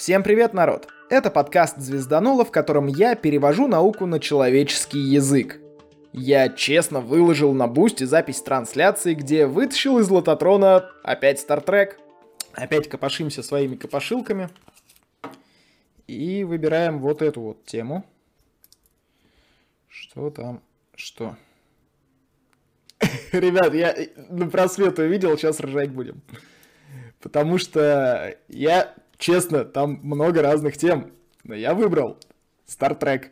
Всем привет, народ! Это подкаст «Звездануло», в котором я перевожу науку на человеческий язык. Я честно выложил на Бусти запись трансляции, где вытащил из лототрона опять Стартрек. Опять копошимся своими копошилками. И выбираем вот эту вот тему. Что там? Что? Ребят, я на просвет увидел, сейчас ржать будем. Потому что я, честно, там много разных тем. Но я выбрал Стартрек.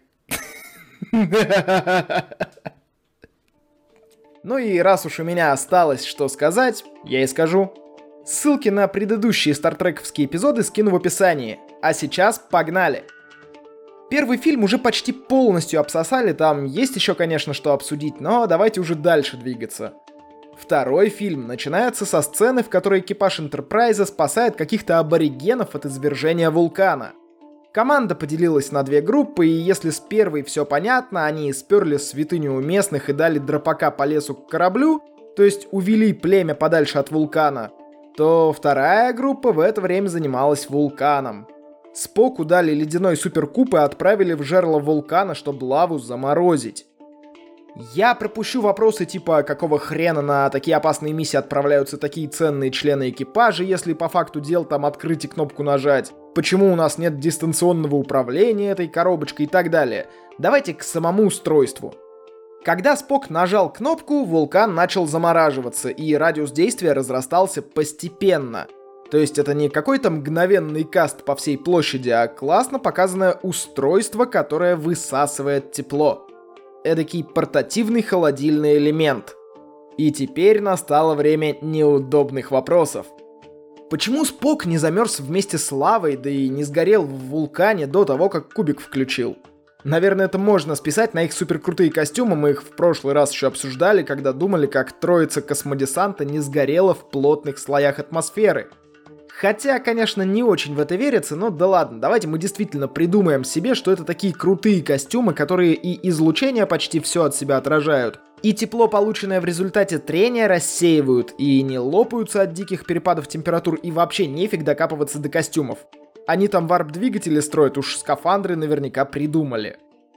Ну и раз уж у меня осталось что сказать, я и скажу. Ссылки на предыдущие стартрековские эпизоды скину в описании. А сейчас погнали! Первый фильм уже почти полностью обсосали, там есть еще, конечно, что обсудить, но давайте уже дальше двигаться. Второй фильм начинается со сцены, в которой экипаж Энтерпрайза спасает каких-то аборигенов от извержения вулкана. Команда поделилась на две группы, и если с первой все понятно, они сперли святыню у местных и дали драпака по лесу к кораблю, то есть увели племя подальше от вулкана, то вторая группа в это время занималась вулканом. Споку дали ледяной суперкуб и отправили в жерло вулкана, чтобы лаву заморозить. Я пропущу вопросы типа, какого хрена на такие опасные миссии отправляются такие ценные члены экипажа, если по факту дел там открыть и кнопку нажать, почему у нас нет дистанционного управления этой коробочкой и так далее. Давайте к самому устройству. Когда Спок нажал кнопку, вулкан начал замораживаться, и радиус действия разрастался постепенно. То есть это не какой-то мгновенный каст по всей площади, а классно показанное устройство, которое высасывает тепло. Эдакий портативный холодильный элемент. И теперь настало время неудобных вопросов. Почему Спок не замерз вместе с лавой, да и не сгорел в вулкане до того, как кубик включил? Наверное, это можно списать на их суперкрутые костюмы, мы их в прошлый раз еще обсуждали, когда думали, как троица космодесанта не сгорела в плотных слоях атмосферы. Хотя, конечно, не очень в это верится, но да ладно, давайте мы действительно придумаем себе, что это такие крутые костюмы, которые и излучение почти все от себя отражают, и тепло, полученное в результате трения, рассеивают, и не лопаются от диких перепадов температур, и вообще нефиг докапываться до костюмов. Они там варп-двигатели строят, уж скафандры наверняка придумали.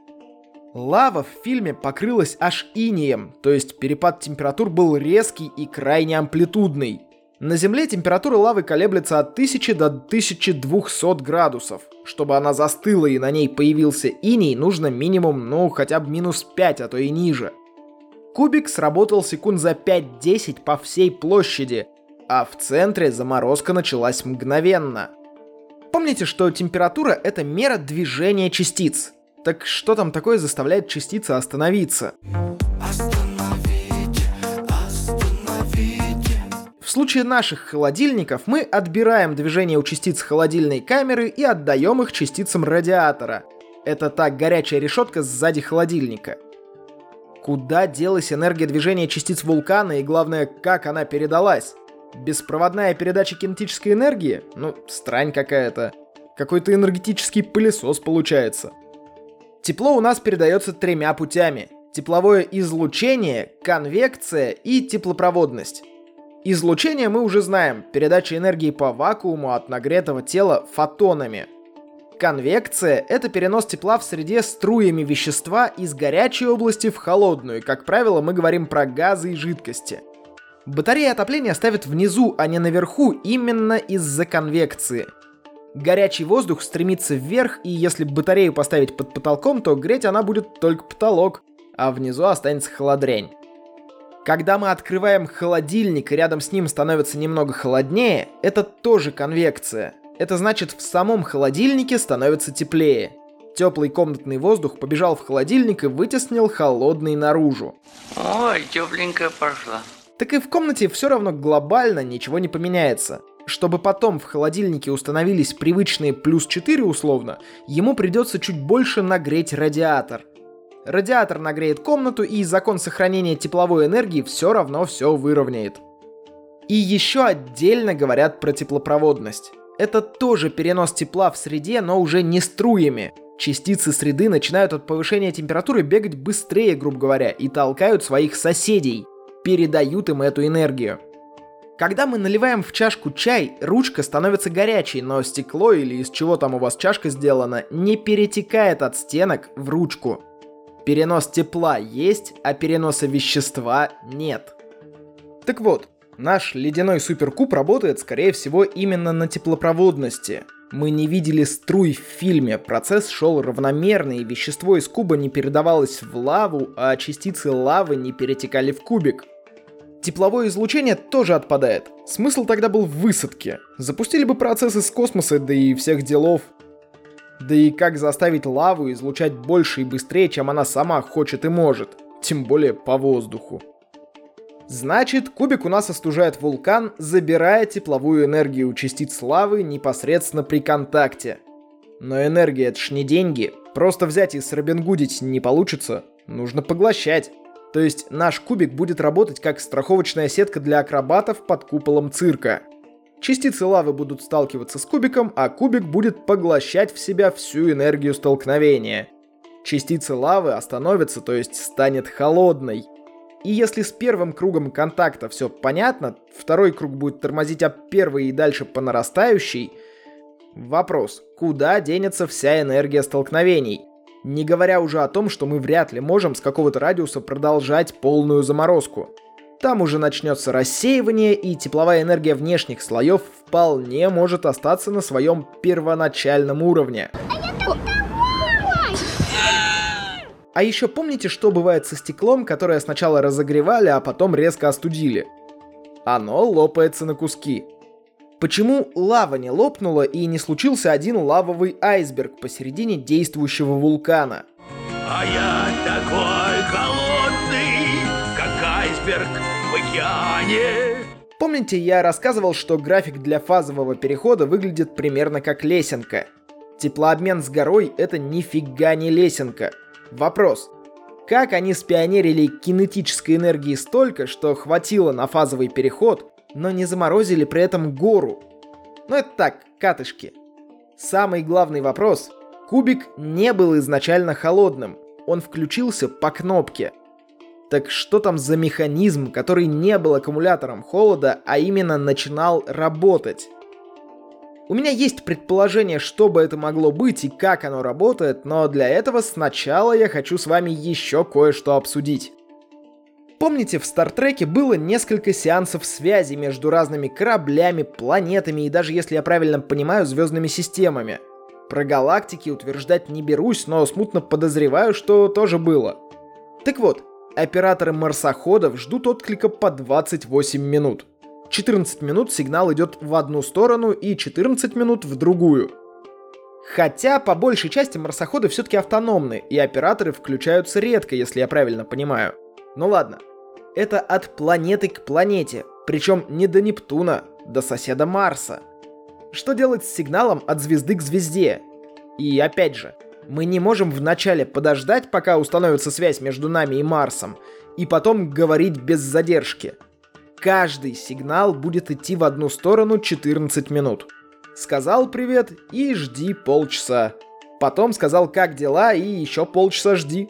Лава в фильме покрылась аж инеем, то есть перепад температур был резкий и крайне амплитудный. На Земле температура лавы колеблется от 1000 до 1200 градусов. Чтобы она застыла и на ней появился иней, нужно минимум, хотя бы -5, а то и ниже. Кубик сработал секунд за 5-10 по всей площади, а в центре заморозка началась мгновенно. Помните, что температура — это мера движения частиц. Так что там такое заставляет частицы остановиться? В случае наших холодильников мы отбираем движение у частиц холодильной камеры и отдаем их частицам радиатора. Это та горячая решетка сзади холодильника. Куда делась энергия движения частиц вулкана и, главное, как она передалась? Беспроводная передача кинетической энергии? Странь какая-то. Какой-то энергетический пылесос получается. Тепло у нас передается 3 путями. Тепловое излучение, конвекция и теплопроводность. Излучение мы уже знаем, передача энергии по вакууму от нагретого тела фотонами. Конвекция — это перенос тепла в среде струями вещества из горячей области в холодную, как правило, мы говорим про газы и жидкости. Батареи отопления ставят внизу, а не наверху, именно из-за конвекции. Горячий воздух стремится вверх, и если батарею поставить под потолком, то греть она будет только потолок, а внизу останется холодрянь. Когда мы открываем холодильник и рядом с ним становится немного холоднее, это тоже конвекция. Это значит, в самом холодильнике становится теплее. Теплый комнатный воздух побежал в холодильник и вытеснил холодный наружу. Ой, тепленькая пошла. Так и в комнате все равно глобально ничего не поменяется. Чтобы потом в холодильнике установились привычные +4 условно, ему придется чуть больше нагреть радиатор. Радиатор нагреет комнату, и закон сохранения тепловой энергии все равно все выровняет. И еще отдельно говорят про теплопроводность. Это тоже перенос тепла в среде, но уже не струями. Частицы среды начинают от повышения температуры бегать быстрее, грубо говоря, и толкают своих соседей, передают им эту энергию. Когда мы наливаем в чашку чай, ручка становится горячей, но стекло или из чего там у вас чашка сделана, не перетекает от стенок в ручку. Перенос тепла есть, а переноса вещества нет. Так вот, наш ледяной суперкуб работает, скорее всего, именно на теплопроводности. Мы не видели струй в фильме, процесс шел равномерно, и вещество из куба не передавалось в лаву, а частицы лавы не перетекали в кубик. Тепловое излучение тоже отпадает. Смысл тогда был в высадке. Запустили бы процесс из космоса, да и всех делов. Да и как заставить лаву излучать больше и быстрее, чем она сама хочет и может. Тем более по воздуху. Значит, кубик у нас остужает вулкан, забирая тепловую энергию у частиц лавы непосредственно при контакте. Но энергия — это ж не деньги. Просто взять и сробингудить не получится. Нужно поглощать. То есть наш кубик будет работать как страховочная сетка для акробатов под куполом цирка. Частицы лавы будут сталкиваться с кубиком, а кубик будет поглощать в себя всю энергию столкновения. Частица лавы остановится, то есть станет холодной. И если с первым кругом контакта все понятно, второй круг будет тормозить об первый и дальше по нарастающей. Вопрос: куда денется вся энергия столкновений? Не говоря уже о том, что мы вряд ли можем с какого-то радиуса продолжать полную заморозку. Там уже начнется рассеивание, и тепловая энергия внешних слоев вполне может остаться на своем первоначальном уровне. А еще помните, что бывает со стеклом, которое сначала разогревали, а потом резко остудили? Оно лопается на куски. Почему лава не лопнула и не случился один лавовый айсберг посередине действующего вулкана? А я такой холодный, как айсберг в океане. Помните, я рассказывал, что график для фазового перехода выглядит примерно как лесенка. Теплообмен с горой — это нифига не лесенка. Вопрос: как они спионерили кинетической энергии столько, что хватило на фазовый переход, но не заморозили при этом гору? Ну это так, катышки. Самый главный вопрос: кубик не был изначально холодным, он включился по кнопке. Так что там за механизм, который не был аккумулятором холода, а именно начинал работать? У меня есть предположение, что бы это могло быть и как оно работает, но для этого сначала я хочу с вами еще кое-что обсудить. Помните, в Стартреке было несколько сеансов связи между разными кораблями, планетами и даже, если я правильно понимаю, звездными системами. Про галактики утверждать не берусь, но смутно подозреваю, что тоже было. Так вот, операторы марсоходов ждут отклика по 28 минут. 14 минут сигнал идет в одну сторону и 14 минут в другую. Хотя, по большей части, марсоходы все-таки автономны, и операторы включаются редко, если я правильно понимаю. Ну ладно. Это от планеты к планете, причем не до Нептуна, до соседа Марса. Что делать с сигналом от звезды к звезде? И опять же, мы не можем вначале подождать, пока установится связь между нами и Марсом, и потом говорить без задержки. Каждый сигнал будет идти в одну сторону 14 минут. Сказал привет и жди полчаса. Потом сказал как дела и еще полчаса жди.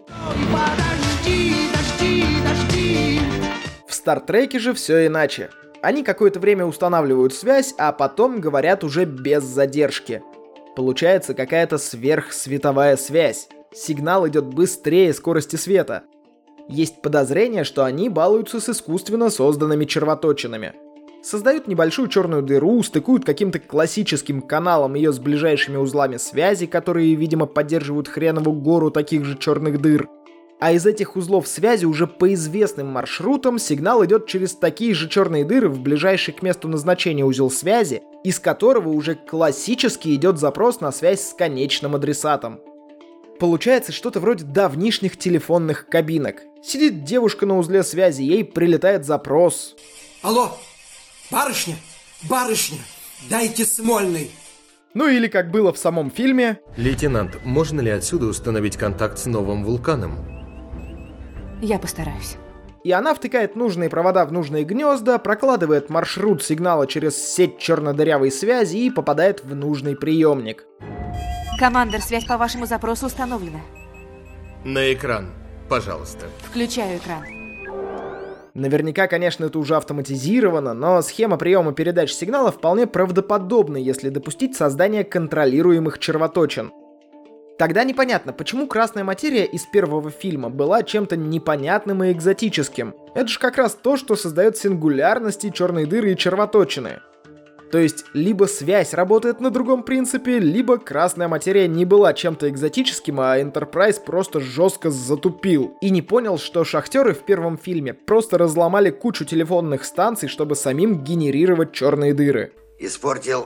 В Стартреке же все иначе. Они какое-то время устанавливают связь, а потом говорят уже без задержки. Получается какая-то сверхсветовая связь. Сигнал идет быстрее скорости света. Есть подозрение, что они балуются с искусственно созданными червоточинами. Создают небольшую черную дыру, стыкуют каким-то классическим каналом ее с ближайшими узлами связи, которые, видимо, поддерживают хренову гору таких же черных дыр. А из этих узлов связи уже по известным маршрутам сигнал идет через такие же черные дыры в ближайший к месту назначения узел связи, из которого уже классически идет запрос на связь с конечным адресатом. Получается что-то вроде давнишних телефонных кабинок. Сидит девушка на узле связи, ей прилетает запрос. Алло, барышня, барышня, дайте Смольный. Ну или как было в самом фильме. Лейтенант, можно ли отсюда установить контакт с новым вулканом? Я постараюсь. И она втыкает нужные провода в нужные гнезда, прокладывает маршрут сигнала через сеть чернодырявой связи и попадает в нужный приемник. Командир, связь по вашему запросу установлена. На экран, пожалуйста. Включаю экран. Наверняка, конечно, это уже автоматизировано, но схема приема передач сигнала вполне правдоподобна, если допустить создание контролируемых червоточин. Тогда непонятно, почему красная материя из первого фильма была чем-то непонятным и экзотическим. Это же как раз то, что создает сингулярности, черные дыры и червоточины. То есть, либо связь работает на другом принципе, либо красная материя не была чем-то экзотическим, а Enterprise просто жестко затупил. И не понял, что шахтеры в первом фильме просто разломали кучу телефонных станций, чтобы самим генерировать черные дыры. Испортил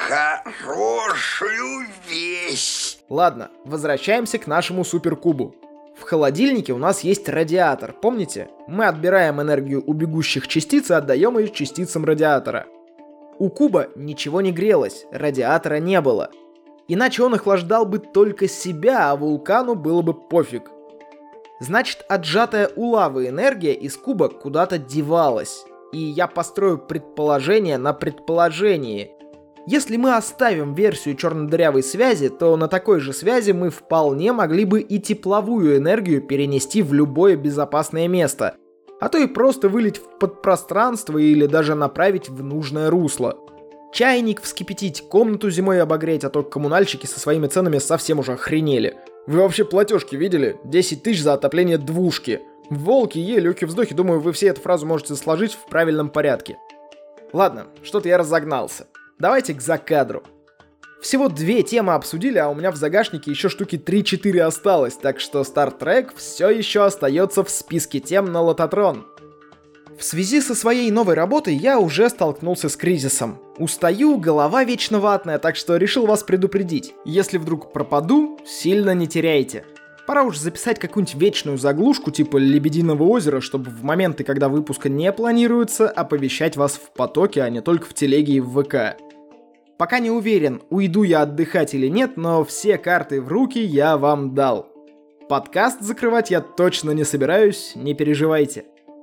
хорошую вещь. Ладно, возвращаемся к нашему суперкубу. В холодильнике у нас есть радиатор, помните? Мы отбираем энергию у бегущих частиц и отдаем ее частицам радиатора. У куба ничего не грелось, радиатора не было. Иначе он охлаждал бы только себя, а вулкану было бы пофиг. Значит, отжатая у лавы энергия из куба куда-то девалась. И я построю предположение на предположении. Если мы оставим версию черно-дырявой связи, то на такой же связи мы вполне могли бы и тепловую энергию перенести в любое безопасное место, а то и просто вылить в подпространство или даже направить в нужное русло. Чайник вскипятить, комнату зимой обогреть, а то коммунальщики со своими ценами совсем уже охренели. Вы вообще платежки видели? 10 тысяч за отопление двушки. Волки, елюки, вздохи, думаю, вы все эту фразу можете сложить в правильном порядке. Ладно, что-то я разогнался. Давайте к закадру. Всего 2 темы обсудили, а у меня в загашнике еще штуки 3-4 осталось, так что Star Trek все еще остается в списке тем на Лототрон. В связи со своей новой работой я уже столкнулся с кризисом. Устаю, голова вечно ватная, так что решил вас предупредить. Если вдруг пропаду, сильно не теряйте. Пора уж записать какую-нибудь вечную заглушку типа «Лебединого озера», чтобы в моменты, когда выпуска не планируется, оповещать вас в потоке, а не только в телеге и в ВК. Пока не уверен, уйду я отдыхать или нет, но все карты в руки я вам дал. Подкаст закрывать я точно не собираюсь, не переживайте.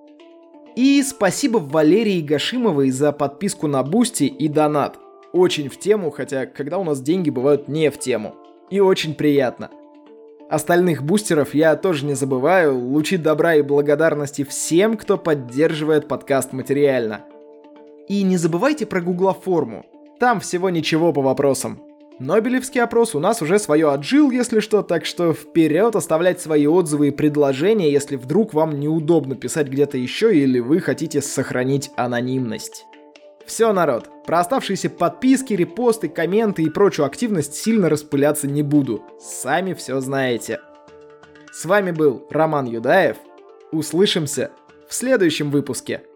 И спасибо Валерии Гашимовой за подписку на Бусти и донат. Очень в тему, хотя когда у нас деньги бывают не в тему. И очень приятно. Остальных бустеров я тоже не забываю, лучи добра и благодарности всем, кто поддерживает подкаст материально. И не забывайте про гуглоформу. Там всего ничего по вопросам. Нобелевский опрос у нас уже свое отжил, если что, так что вперед оставлять свои отзывы и предложения, если вдруг вам неудобно писать где-то еще или вы хотите сохранить анонимность. Все, народ, про оставшиеся подписки, репосты, комменты и прочую активность сильно распыляться не буду. Сами все знаете. С вами был Роман Юдаев. Услышимся в следующем выпуске.